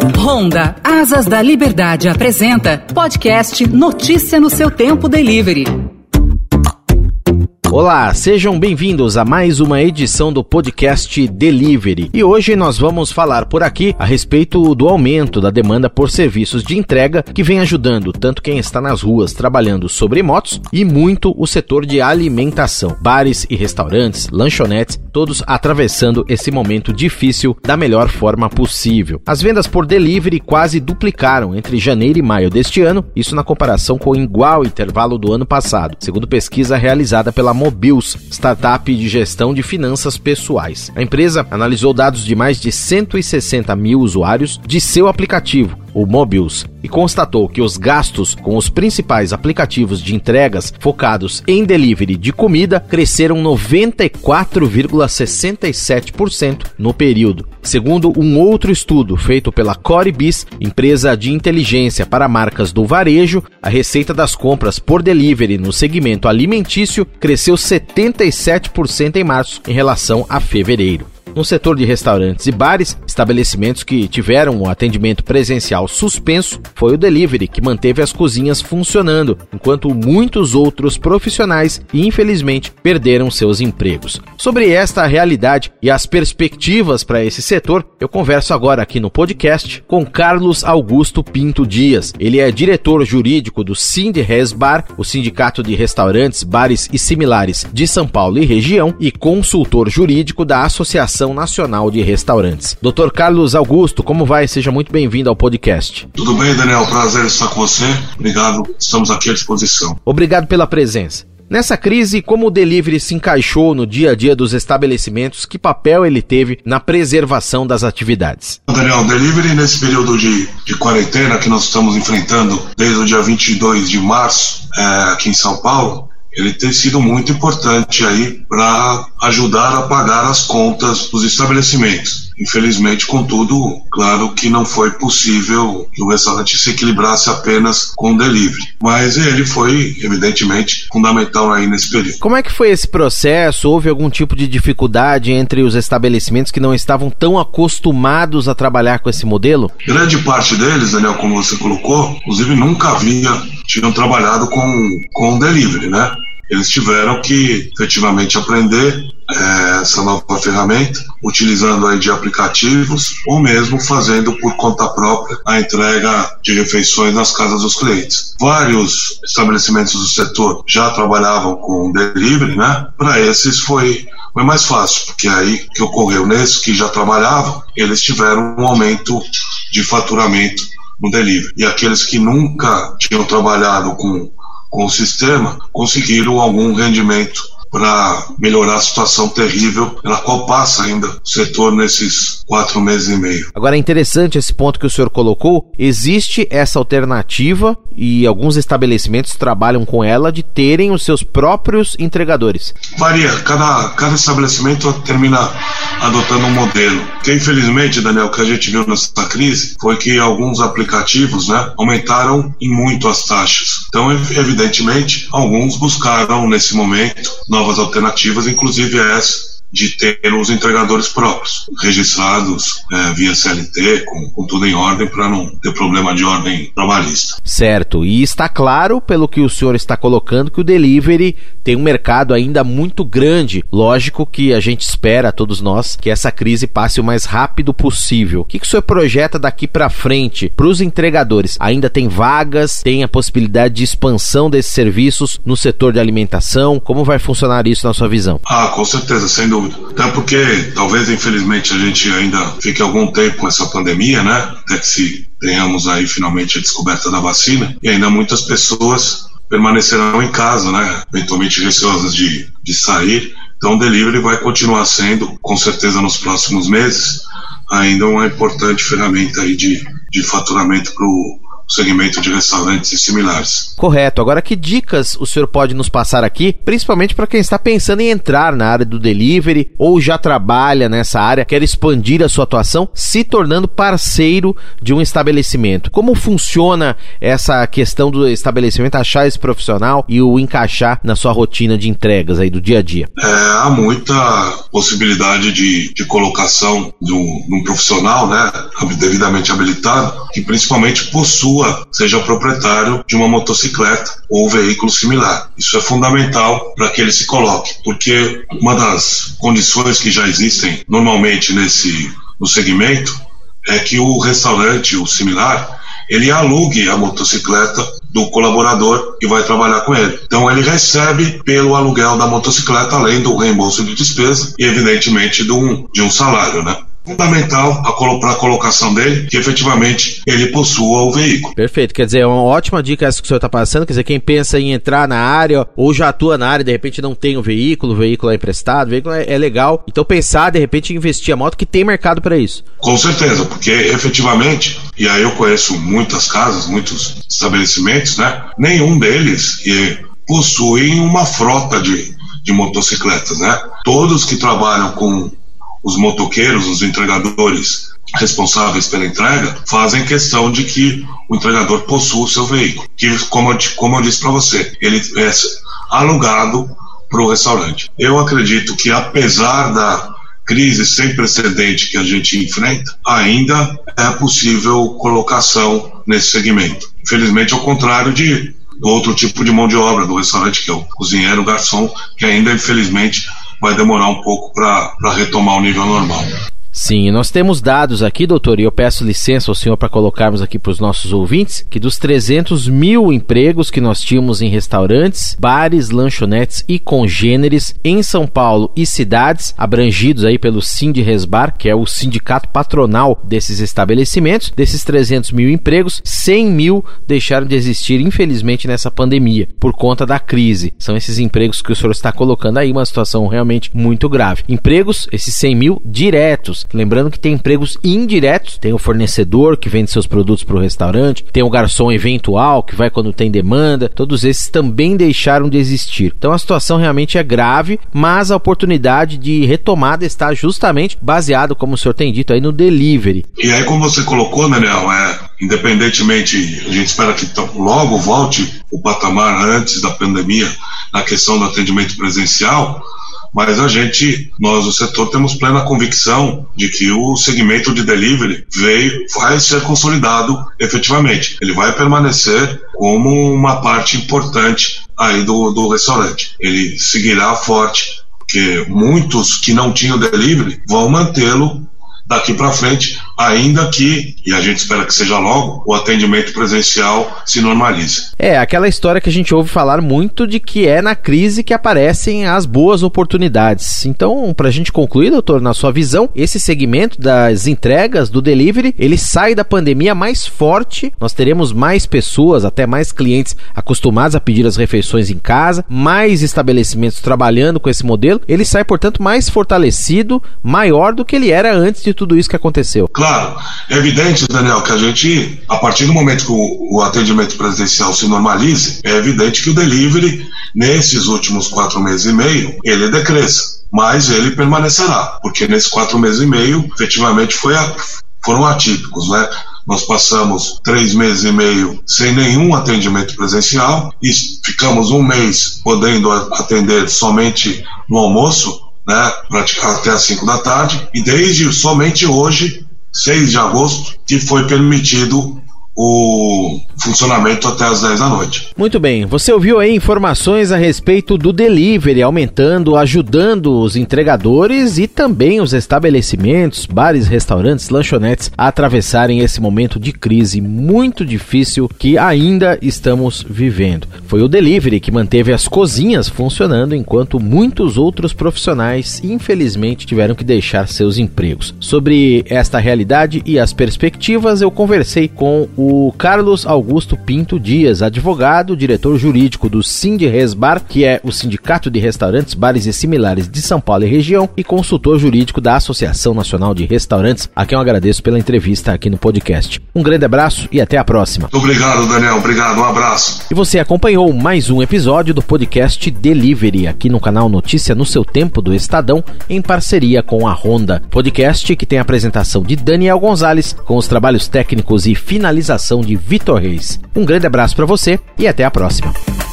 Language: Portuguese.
Honda Asas da Liberdade apresenta podcast Notícia no seu Tempo Delivery. Olá, sejam bem-vindos a mais uma edição do podcast Delivery. E hoje nós vamos falar por aqui a respeito do aumento da demanda por serviços de entrega que vem ajudando tanto quem está nas ruas trabalhando sobre motos e muito o setor de alimentação. Bares e restaurantes, lanchonetes, todos atravessando esse momento difícil da melhor forma possível. As vendas por delivery quase duplicaram entre janeiro e maio deste ano, isso na comparação com o igual intervalo do ano passado, segundo pesquisa realizada pela Mobius, startup de gestão de finanças pessoais. A empresa analisou dados de mais de 160 mil usuários de seu aplicativo, o Mobius, e constatou que os gastos com os principais aplicativos de entregas focados em delivery de comida cresceram 94,67% no período. Segundo um outro estudo feito pela Corebis, empresa de inteligência para marcas do varejo, a receita das compras por delivery no segmento alimentício cresceu 77% em março em relação a fevereiro. No setor de restaurantes e bares, estabelecimentos que tiveram o atendimento presencial suspenso, foi o delivery que manteve as cozinhas funcionando, enquanto muitos outros profissionais, infelizmente, perderam seus empregos. Sobre esta realidade e as perspectivas para esse setor, eu converso agora aqui no podcast com Carlos Augusto Pinto Dias. Ele é diretor jurídico do Sindresbar, o Sindicato de Restaurantes, Bares e Similares de São Paulo e região, e consultor jurídico da Associação Nacional de Restaurantes. Dr. Carlos Augusto, como vai? Seja muito bem-vindo ao podcast. Tudo bem, Daniel? Prazer estar com você. Obrigado, estamos aqui à disposição. Obrigado pela presença. Nessa crise, como o delivery se encaixou no dia a dia dos estabelecimentos, que papel ele teve na preservação das atividades? Daniel, o delivery nesse período de quarentena que nós estamos enfrentando desde o dia 22 de março, aqui em São Paulo, ele tem sido muito importante aí para ajudar a pagar as contas dos estabelecimentos. Infelizmente, contudo, claro que não foi possível que o restaurante se equilibrasse apenas com o delivery. Mas ele foi, evidentemente, fundamental aí nesse período. Como é que foi esse processo? Houve algum tipo de dificuldade entre os estabelecimentos que não estavam tão acostumados a trabalhar com esse modelo? Grande parte deles, Daniel, como você colocou, inclusive nunca tinham trabalhado com o delivery, né? Eles tiveram que efetivamente aprender essa nova ferramenta, utilizando aí de aplicativos ou mesmo fazendo por conta própria a entrega de refeições nas casas dos clientes. Vários estabelecimentos do setor já trabalhavam com delivery, né? Para esses foi mais fácil, porque aí o que ocorreu nesses que já trabalhavam, eles tiveram um aumento de faturamento no delivery. E aqueles que nunca tinham trabalhado com o sistema, conseguiram algum rendimento para melhorar a situação terrível pela qual passa ainda o setor nesses 4 meses e meio. Agora é interessante esse ponto que o senhor colocou. Existe essa alternativa e alguns estabelecimentos trabalham com ela de terem os seus próprios entregadores. Varia, cada estabelecimento termina adotando um modelo. Que infelizmente, Daniel, o que a gente viu nessa crise foi que alguns aplicativos, né, aumentaram em muito as taxas. Então, evidentemente, alguns buscaram nesse momento novas alternativas, inclusive essa de ter os entregadores próprios, registrados via CLT, com tudo em ordem, para não ter problema de ordem trabalhista. Certo, e está claro, pelo que o senhor está colocando, que o delivery tem um mercado ainda muito grande. Lógico que a gente espera, todos nós, que essa crise passe o mais rápido possível. O que o senhor projeta daqui para frente para os entregadores? Ainda tem vagas? Tem a possibilidade de expansão desses serviços no setor de alimentação? Como vai funcionar isso na sua visão? Com certeza, sem dúvida. Até porque, talvez, infelizmente, a gente ainda fique algum tempo com essa pandemia, né? Até que tenhamos aí finalmente a descoberta da vacina. E ainda muitas pessoas permanecerão em casa, né? Eventualmente receosas de sair. Então o delivery vai continuar sendo, com certeza nos próximos meses, ainda uma importante ferramenta aí de faturamento segmento de restaurantes e similares. Correto. Agora, que dicas o senhor pode nos passar aqui, principalmente para quem está pensando em entrar na área do delivery ou já trabalha nessa área, quer expandir a sua atuação, se tornando parceiro de um estabelecimento? Como funciona essa questão do estabelecimento, achar esse profissional e o encaixar na sua rotina de entregas aí do dia a dia? Há muita possibilidade de colocação de um profissional, né, devidamente habilitado, que principalmente seja proprietário de uma motocicleta ou veículo similar. Isso é fundamental para que ele se coloque, porque uma das condições que já existem normalmente no segmento é que o restaurante, o similar, ele alugue a motocicleta do colaborador que vai trabalhar com ele. Então ele recebe pelo aluguel da motocicleta, além do reembolso de despesa e evidentemente de um salário, né? Fundamental para a colocação dele, que efetivamente ele possua o veículo. Perfeito, quer dizer, é uma ótima dica essa que o senhor está passando, quer dizer, quem pensa em entrar na área ou já atua na área, de repente não tem o veículo é emprestado, o veículo é legal, então pensar de repente em investir a moto, que tem mercado para isso. Com certeza, porque efetivamente, e aí eu conheço muitas casas, muitos estabelecimentos, né, nenhum deles possui uma frota de motocicletas, né, todos que trabalham com os motoqueiros, os entregadores responsáveis pela entrega, fazem questão de que o entregador possua o seu veículo, que, como eu disse para você, ele é alugado para o restaurante. Eu acredito que, apesar da crise sem precedente que a gente enfrenta, ainda é possível colocação nesse segmento. Infelizmente, ao contrário do outro tipo de mão de obra do restaurante, que é o cozinheiro, o garçom, que ainda, infelizmente, vai demorar um pouco para retomar o nível normal. Sim, nós temos dados aqui, doutor, e eu peço licença ao senhor para colocarmos aqui para os nossos ouvintes, que dos 300 mil empregos que nós tínhamos em restaurantes, bares, lanchonetes e congêneres em São Paulo e cidades, abrangidos aí pelo Sindresbar, que é o sindicato patronal desses estabelecimentos, desses 300 mil empregos, 100 mil deixaram de existir, infelizmente, nessa pandemia, por conta da crise. São esses empregos que o senhor está colocando aí, uma situação realmente muito grave. Empregos, esses 100 mil diretos. Lembrando que tem empregos indiretos, tem o fornecedor que vende seus produtos para o restaurante, tem o garçom eventual que vai quando tem demanda, todos esses também deixaram de existir. Então a situação realmente é grave, mas a oportunidade de retomada está justamente baseado, como o senhor tem dito, aí no delivery. E aí, como você colocou, Daniel, independentemente, a gente espera que logo volte o patamar antes da pandemia na questão do atendimento presencial, mas nós do setor temos plena convicção de que o segmento de delivery vai ser consolidado efetivamente. Ele vai permanecer como uma parte importante aí do restaurante. Ele seguirá forte, porque muitos que não tinham delivery vão mantê-lo daqui para frente, ainda que, e a gente espera que seja logo, o atendimento presencial se normalize. É aquela história que a gente ouve falar muito de que é na crise que aparecem as boas oportunidades. Então, para a gente concluir, doutor, na sua visão, esse segmento das entregas, do delivery, ele sai da pandemia mais forte, nós teremos mais pessoas, até mais clientes acostumados a pedir as refeições em casa, mais estabelecimentos trabalhando com esse modelo, ele sai, portanto, mais fortalecido, maior do que ele era antes de tudo isso que aconteceu. Claro, é evidente, Daniel, que a gente, a partir do momento que o atendimento presencial se normalize, é evidente que o delivery, nesses últimos 4 meses e meio, ele decresça, mas ele permanecerá, porque nesses 4 meses e meio, efetivamente, foram atípicos, né? Nós passamos 3 meses e meio sem nenhum atendimento presencial e ficamos 1 mês podendo atender somente no almoço, né, praticar até às 5 da tarde, e desde somente hoje, 6 de agosto, que foi permitido o funcionamento até às 10 da noite. Muito bem, você ouviu aí informações a respeito do delivery, aumentando, ajudando os entregadores e também os estabelecimentos, bares, restaurantes, lanchonetes a atravessarem esse momento de crise muito difícil que ainda estamos vivendo. Foi o delivery que manteve as cozinhas funcionando, enquanto muitos outros profissionais, infelizmente, tiveram que deixar seus empregos. Sobre esta realidade e as perspectivas, eu conversei com o Carlos Augusto Augusto Pinto Dias, advogado, diretor jurídico do Sindresbar, que é o Sindicato de Restaurantes, Bares e Similares de São Paulo e região, e consultor jurídico da Associação Nacional de Restaurantes, a quem eu agradeço pela entrevista aqui no podcast. Um grande abraço e até a próxima. Obrigado, Daniel. Obrigado. Um abraço. E você acompanhou mais um episódio do podcast Delivery, aqui no canal Notícia no Seu Tempo do Estadão, em parceria com a Honda. Podcast que tem a apresentação de Daniel Gonzalez, com os trabalhos técnicos e finalização de Vitor Reis. Um grande abraço para você e até a próxima.